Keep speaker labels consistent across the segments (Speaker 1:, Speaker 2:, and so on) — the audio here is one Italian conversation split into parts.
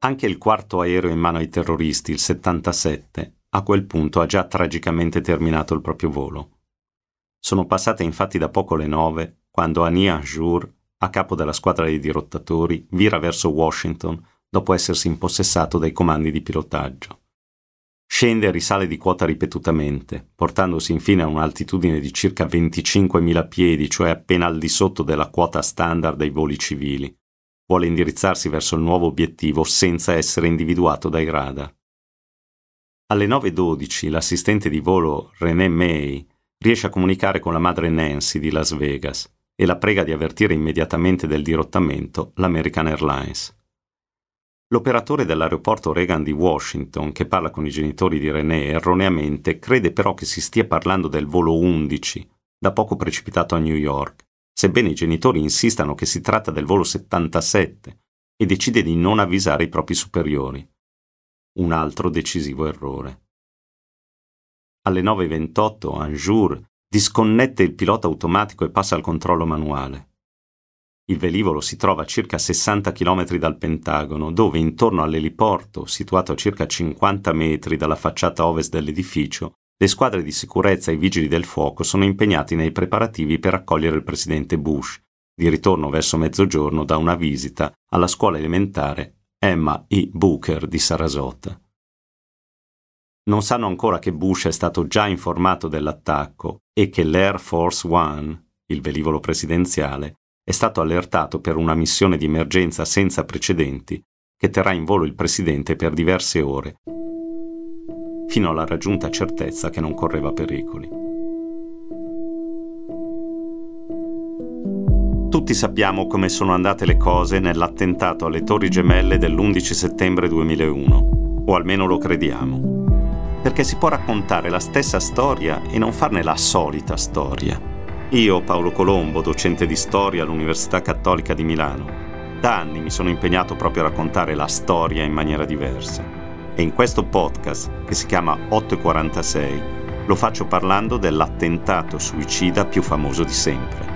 Speaker 1: Anche il quarto aereo in mano ai terroristi, il 77, a quel punto ha già tragicamente terminato il proprio volo. Sono passate infatti da poco le 9, quando Ani Hanjour, a capo della squadra dei dirottatori, vira verso Washington dopo essersi impossessato dei comandi di pilotaggio. Scende e risale di quota ripetutamente, portandosi infine a un'altitudine di circa 25.000 piedi, cioè appena al di sotto della quota standard dei voli civili. Vuole indirizzarsi verso il nuovo obiettivo senza essere individuato dai radar. Alle 9:12 l'assistente di volo René May riesce a comunicare con la madre Nancy di Las Vegas e la prega di avvertire immediatamente del dirottamento l'American Airlines. L'operatore dell'aeroporto Reagan di Washington, che parla con i genitori di René erroneamente, crede però che si stia parlando del volo 11, da poco precipitato a New York, sebbene i genitori insistano che si tratta del volo 77, e decide di non avvisare i propri superiori. Un altro decisivo errore. Alle 9:28 Hanjour disconnette il pilota automatico e passa al controllo manuale. Il velivolo si trova a circa 60 km dal Pentagono, dove intorno all'eliporto, situato a circa 50 metri dalla facciata ovest dell'edificio, le squadre di sicurezza e i vigili del fuoco sono impegnati nei preparativi per accogliere il presidente Bush, di ritorno verso mezzogiorno da una visita alla scuola elementare Emma E. Booker di Sarasota. Non sanno ancora che Bush è stato già informato dell'attacco e che l'Air Force One, il velivolo presidenziale, è stato allertato per una missione di emergenza senza precedenti che terrà in volo il presidente per diverse ore, fino alla raggiunta certezza che non correva pericoli. Tutti sappiamo come sono andate le cose nell'attentato alle Torri Gemelle dell'11 settembre 2001, o almeno lo crediamo, perché si può raccontare la stessa storia e non farne la solita storia. Io, Paolo Colombo, docente di storia all'Università Cattolica di Milano, da anni mi sono impegnato proprio a raccontare la storia in maniera diversa. E in questo podcast, che si chiama 8:46, lo faccio parlando dell'attentato suicida più famoso di sempre.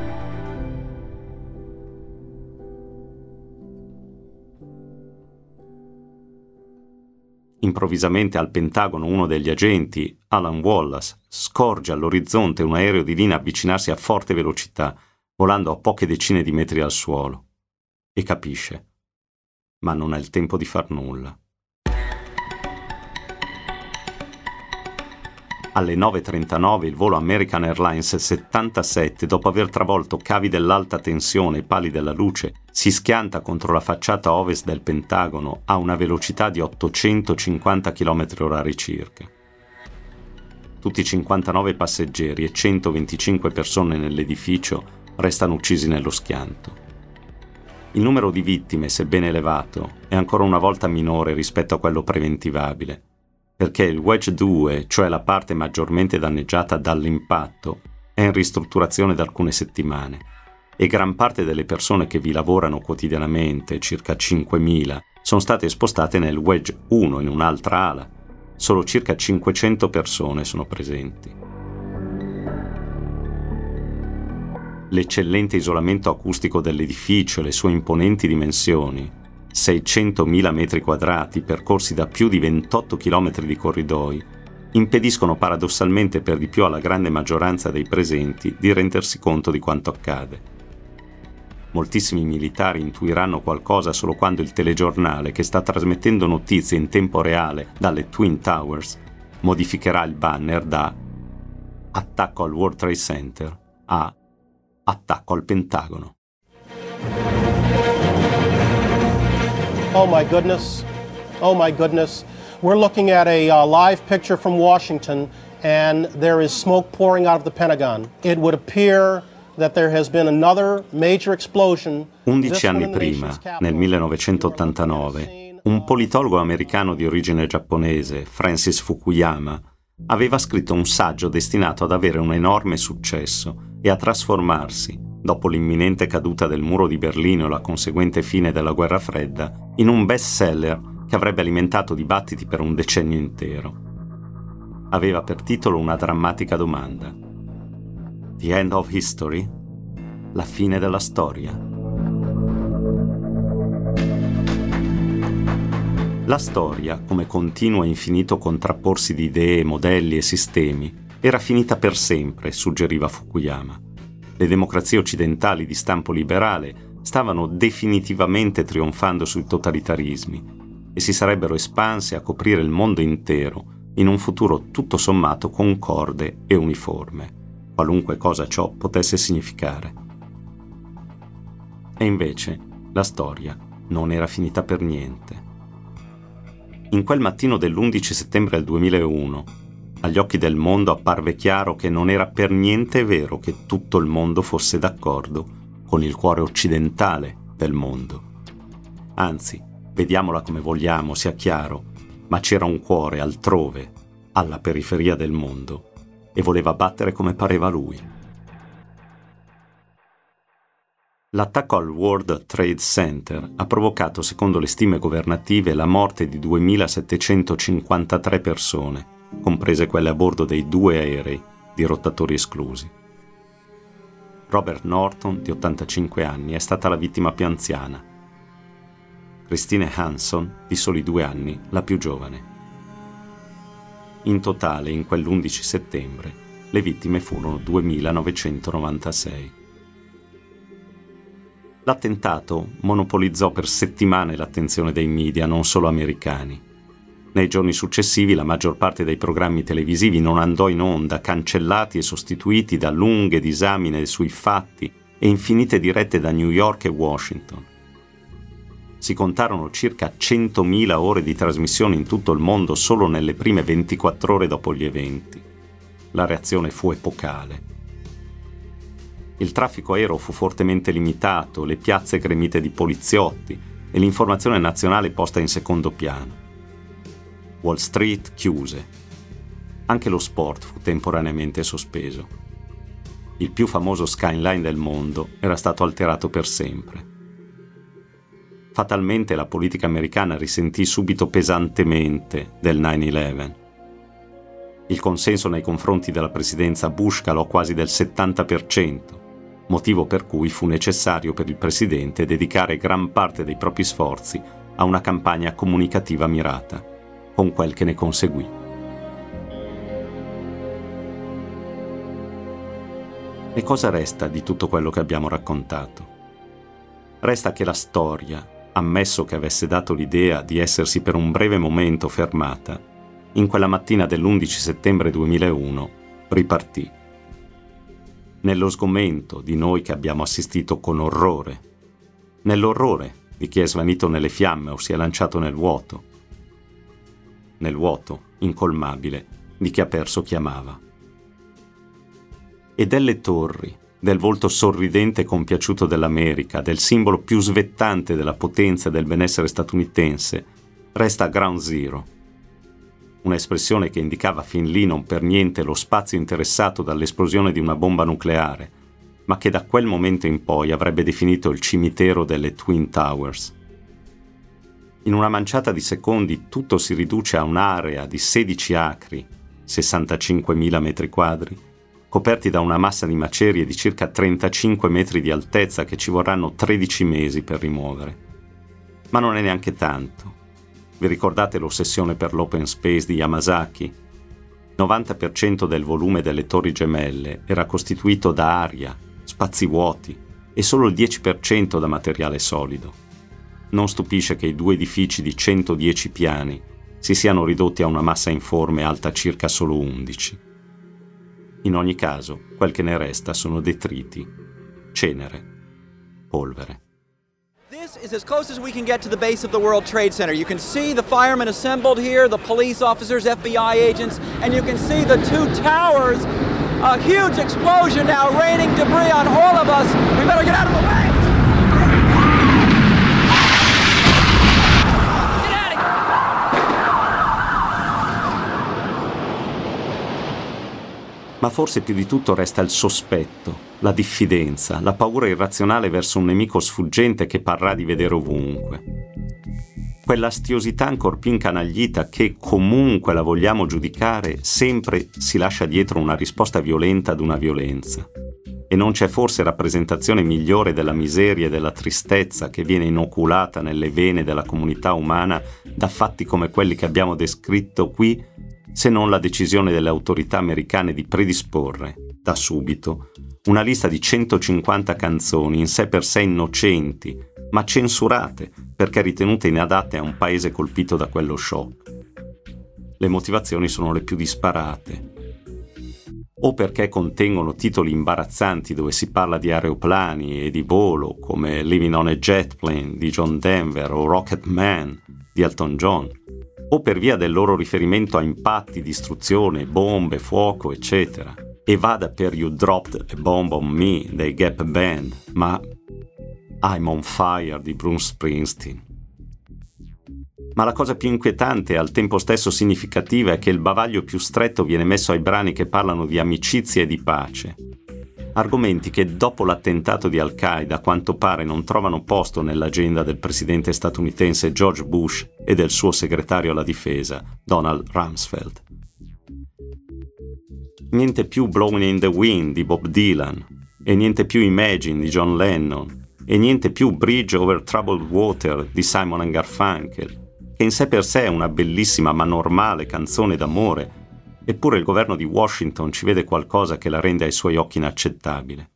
Speaker 1: Improvvisamente al Pentagono uno degli agenti, Alan Wallace, scorge all'orizzonte un aereo di linea avvicinarsi a forte velocità, volando a poche decine di metri dal suolo. E capisce, ma non ha il tempo di far nulla. Alle 9:39 il volo American Airlines 77, dopo aver travolto cavi dell'alta tensione e pali della luce, si schianta contro la facciata ovest del Pentagono a una velocità di 850 km/h circa. Tutti i 59 passeggeri e 125 persone nell'edificio restano uccisi nello schianto. Il numero di vittime, sebbene elevato, è ancora una volta minore rispetto a quello preventivabile, perché il Wedge 2, cioè la parte maggiormente danneggiata dall'impatto, è in ristrutturazione da alcune settimane e gran parte delle persone che vi lavorano quotidianamente, circa 5.000, sono state spostate nel Wedge 1 in un'altra ala. Solo circa 500 persone sono presenti. L'eccellente isolamento acustico dell'edificio e le sue imponenti dimensioni, 600.000 metri quadrati percorsi da più di 28 chilometri di corridoi, impediscono paradossalmente per di più alla grande maggioranza dei presenti di rendersi conto di quanto accade. Moltissimi militari intuiranno qualcosa solo quando il telegiornale, che sta trasmettendo notizie in tempo reale dalle Twin Towers, modificherà il banner da "Attacco al World Trade Center" a "Attacco al Pentagono".
Speaker 2: Oh my goodness. We're looking at a live picture from Washington, and there is smoke pouring out of the Pentagon. It would appear that there has been another major explosion.
Speaker 1: 11 anni prima, nel 1989, un politologo americano di origine giapponese, Francis Fukuyama, aveva scritto un saggio destinato ad avere un enorme successo e a trasformarsi, dopo l'imminente caduta del muro di Berlino e la conseguente fine della guerra fredda, in un bestseller che avrebbe alimentato dibattiti per un decennio intero. Aveva per titolo una drammatica domanda: The End of History? La fine della storia? La storia, come continuo e infinito contrapporsi di idee, modelli e sistemi, era finita per sempre, suggeriva Fukuyama. Le democrazie occidentali di stampo liberale stavano definitivamente trionfando sui totalitarismi e si sarebbero espanse a coprire il mondo intero in un futuro tutto sommato concorde e uniforme, qualunque cosa ciò potesse significare. E invece la storia non era finita per niente. In quel mattino dell'11 settembre del 2001, agli occhi del mondo apparve chiaro che non era per niente vero che tutto il mondo fosse d'accordo con il cuore occidentale del mondo. Anzi, vediamola come vogliamo, sia chiaro, ma c'era un cuore altrove, alla periferia del mondo, e voleva battere come pareva a lui. L'attacco al World Trade Center ha provocato, secondo le stime governative, la morte di 2.753 persone, comprese quelle a bordo dei 2 aerei, dirottatori esclusi. Robert Norton, di 85 anni, è stata la vittima più anziana. Christine Hanson, di soli 2 anni, la più giovane. In totale, in quell'11 settembre, le vittime furono 2.996. L'attentato monopolizzò per settimane l'attenzione dei media, non solo americani. Nei giorni successivi la maggior parte dei programmi televisivi non andò in onda, cancellati e sostituiti da lunghe disamine sui fatti e infinite dirette da New York e Washington. Si contarono circa 100.000 ore di trasmissione in tutto il mondo solo nelle prime 24 ore dopo gli eventi. La reazione fu epocale. Il traffico aereo fu fortemente limitato, le piazze gremite di poliziotti e l'informazione nazionale posta in secondo piano. Wall Street chiuse. Anche lo sport fu temporaneamente sospeso. Il più famoso skyline del mondo era stato alterato per sempre. Fatalmente la politica americana risentì subito pesantemente del 9/11. Il consenso nei confronti della presidenza Bush calò quasi del 70%, motivo per cui fu necessario per il presidente dedicare gran parte dei propri sforzi a una campagna comunicativa mirata, con quel che ne conseguì. E cosa resta di tutto quello che abbiamo raccontato? Resta che la storia, ammesso che avesse dato l'idea di essersi per un breve momento fermata, in quella mattina dell'11 settembre 2001 ripartì. Nello sgomento di noi che abbiamo assistito con orrore, nell'orrore di chi è svanito nelle fiamme o si è lanciato nel vuoto incolmabile di chi ha perso chi amava. E delle torri, del volto sorridente e compiaciuto dell'America, del simbolo più svettante della potenza e del benessere statunitense, resta Ground Zero, un'espressione che indicava fin lì non per niente lo spazio interessato dall'esplosione di una bomba nucleare, ma che da quel momento in poi avrebbe definito il cimitero delle Twin Towers. In una manciata di secondi tutto si riduce a un'area di 16 acri, 65.000 metri quadri, coperti da una massa di macerie di circa 35 metri di altezza che ci vorranno 13 mesi per rimuovere. Ma non è neanche tanto. Vi ricordate l'ossessione per l'open space di Yamasaki? 90% del volume delle torri gemelle era costituito da aria, spazi vuoti e solo il 10% da materiale solido. Non stupisce che i 2 edifici di 110 piani si siano ridotti a una massa informe alta circa solo 11. In ogni caso, quel che ne resta sono detriti, cenere, polvere.
Speaker 3: This is as close as we can get to the base of the World Trade Center. You can see the firemen assembled here, the police officers, FBI agents, and you can see the 2 towers. A huge explosion now, raining debris on all of us. We better get out of the way!
Speaker 1: Ma forse più di tutto resta il sospetto, la diffidenza, la paura irrazionale verso un nemico sfuggente che parrà di vedere ovunque. Quell'astiosità ancor più incanaglita che, comunque la vogliamo giudicare, sempre si lascia dietro una risposta violenta ad una violenza. E non c'è forse rappresentazione migliore della miseria e della tristezza che viene inoculata nelle vene della comunità umana da fatti come quelli che abbiamo descritto qui, se non la decisione delle autorità americane di predisporre, da subito, una lista di 150 canzoni in sé per sé innocenti, ma censurate perché ritenute inadatte a un paese colpito da quello shock. Le motivazioni sono le più disparate. O perché contengono titoli imbarazzanti dove si parla di aeroplani e di volo, come Living on a Jet Plane di John Denver o Rocket Man di Elton John, o per via del loro riferimento a impatti, distruzione, bombe, fuoco, eccetera. E vada per You Dropped a Bomb on Me dei Gap Band, ma I'm on Fire di Bruce Springsteen. Ma la cosa più inquietante e al tempo stesso significativa è che il bavaglio più stretto viene messo ai brani che parlano di amicizia e di pace. Argomenti che dopo l'attentato di Al-Qaeda a quanto pare non trovano posto nell'agenda del presidente statunitense George Bush e del suo segretario alla difesa, Donald Rumsfeld. Niente più Blowing in the Wind di Bob Dylan, e niente più Imagine di John Lennon, e niente più Bridge over Troubled Water di Simon & Garfunkel, che in sé per sé è una bellissima ma normale canzone d'amore, eppure il governo di Washington ci vede qualcosa che la rende ai suoi occhi inaccettabile.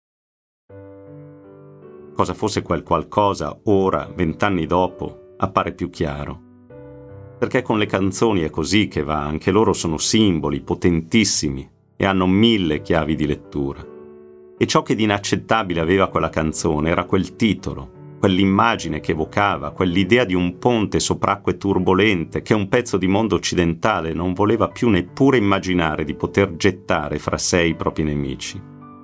Speaker 1: Cosa fosse quel qualcosa, ora, 20 anni dopo, appare più chiaro. Perché con le canzoni è così che va, anche loro sono simboli potentissimi e hanno 1000 chiavi di lettura. E ciò che di inaccettabile aveva quella canzone era quel titolo, quell'immagine che evocava, quell'idea di un ponte sopra acque turbolente che un pezzo di mondo occidentale non voleva più neppure immaginare di poter gettare fra sé i propri nemici.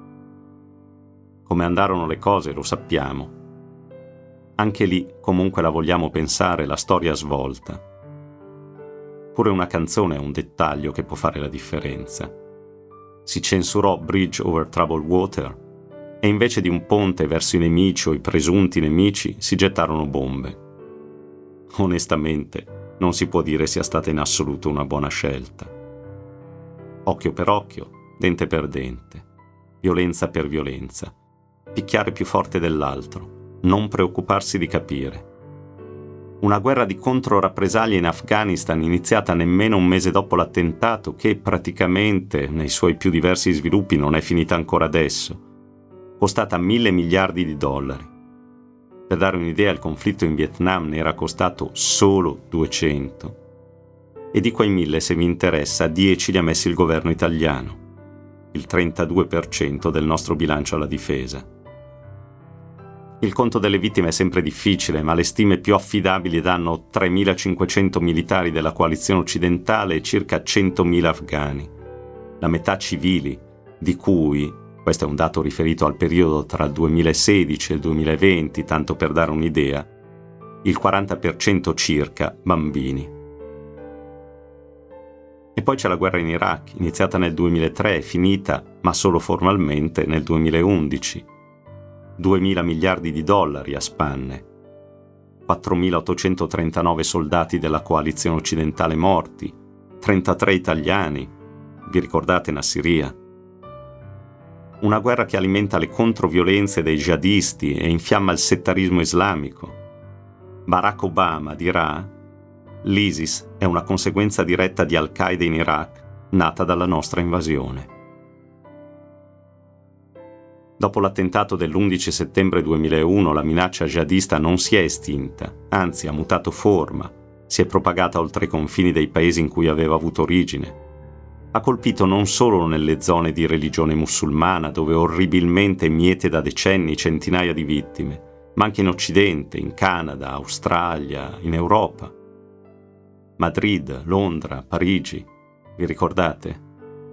Speaker 1: Come andarono le cose lo sappiamo. Anche lì, comunque la vogliamo pensare, la storia svolta. Pure una canzone è un dettaglio che può fare la differenza. Si censurò Bridge over Troubled Water e invece di un ponte verso i nemici o i presunti nemici si gettarono bombe. Onestamente, non si può dire sia stata in assoluto una buona scelta. Occhio per occhio, dente per dente, violenza per violenza, picchiare più forte dell'altro, non preoccuparsi di capire. Una guerra di controrappresaglie in Afghanistan iniziata nemmeno un mese dopo l'attentato che praticamente, nei suoi più diversi sviluppi, non è finita ancora adesso, costata 1.000 miliardi di dollari. Per dare un'idea, il conflitto in Vietnam ne era costato solo 200. E di quei 1.000, se vi interessa, 10 li ha messi il governo italiano, il 32% del nostro bilancio alla difesa. Il conto delle vittime è sempre difficile, ma le stime più affidabili danno 3.500 militari della coalizione occidentale e circa 100.000 afghani, la metà civili, di cui, questo è un dato riferito al periodo tra il 2016 e il 2020, tanto per dare un'idea, il 40% circa bambini. E poi c'è la guerra in Iraq, iniziata nel 2003 e finita, ma solo formalmente, nel 2011. 2.000 miliardi di dollari a spanne, 4.839 soldati della coalizione occidentale morti, 33 italiani, vi ricordate Nassiriya? Una guerra che alimenta le controviolenze dei jihadisti e infiamma il settarismo islamico. Barack Obama dirà: l'ISIS è una conseguenza diretta di Al-Qaeda in Iraq, nata dalla nostra invasione. Dopo l'attentato dell'11 settembre 2001 la minaccia jihadista non si è estinta, anzi ha mutato forma, si è propagata oltre i confini dei paesi in cui aveva avuto origine. Ha colpito non solo nelle zone di religione musulmana, dove orribilmente miete da decenni centinaia di vittime, ma anche in Occidente, in Canada, Australia, in Europa. Madrid, Londra, Parigi, vi ricordate?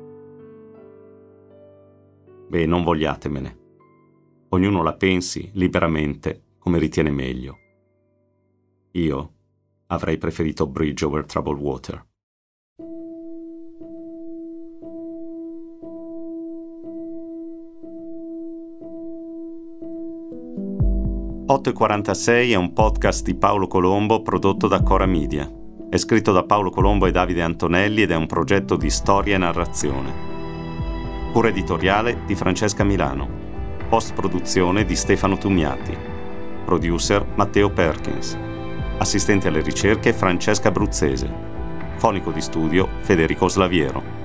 Speaker 1: Beh, non vogliatemene. Ognuno la pensi liberamente come ritiene meglio. Io avrei preferito Bridge over Troubled Water. «8:46» è un podcast di Paolo Colombo prodotto da Cora Media. È scritto da Paolo Colombo e Davide Antonelli ed è un progetto di storia e narrazione. Cura editoriale di Francesca Milano. Post-produzione di Stefano Tumiati. Producer Matteo Perkins. Assistente alle ricerche Francesca Bruzzese. Fonico di studio Federico Slaviero.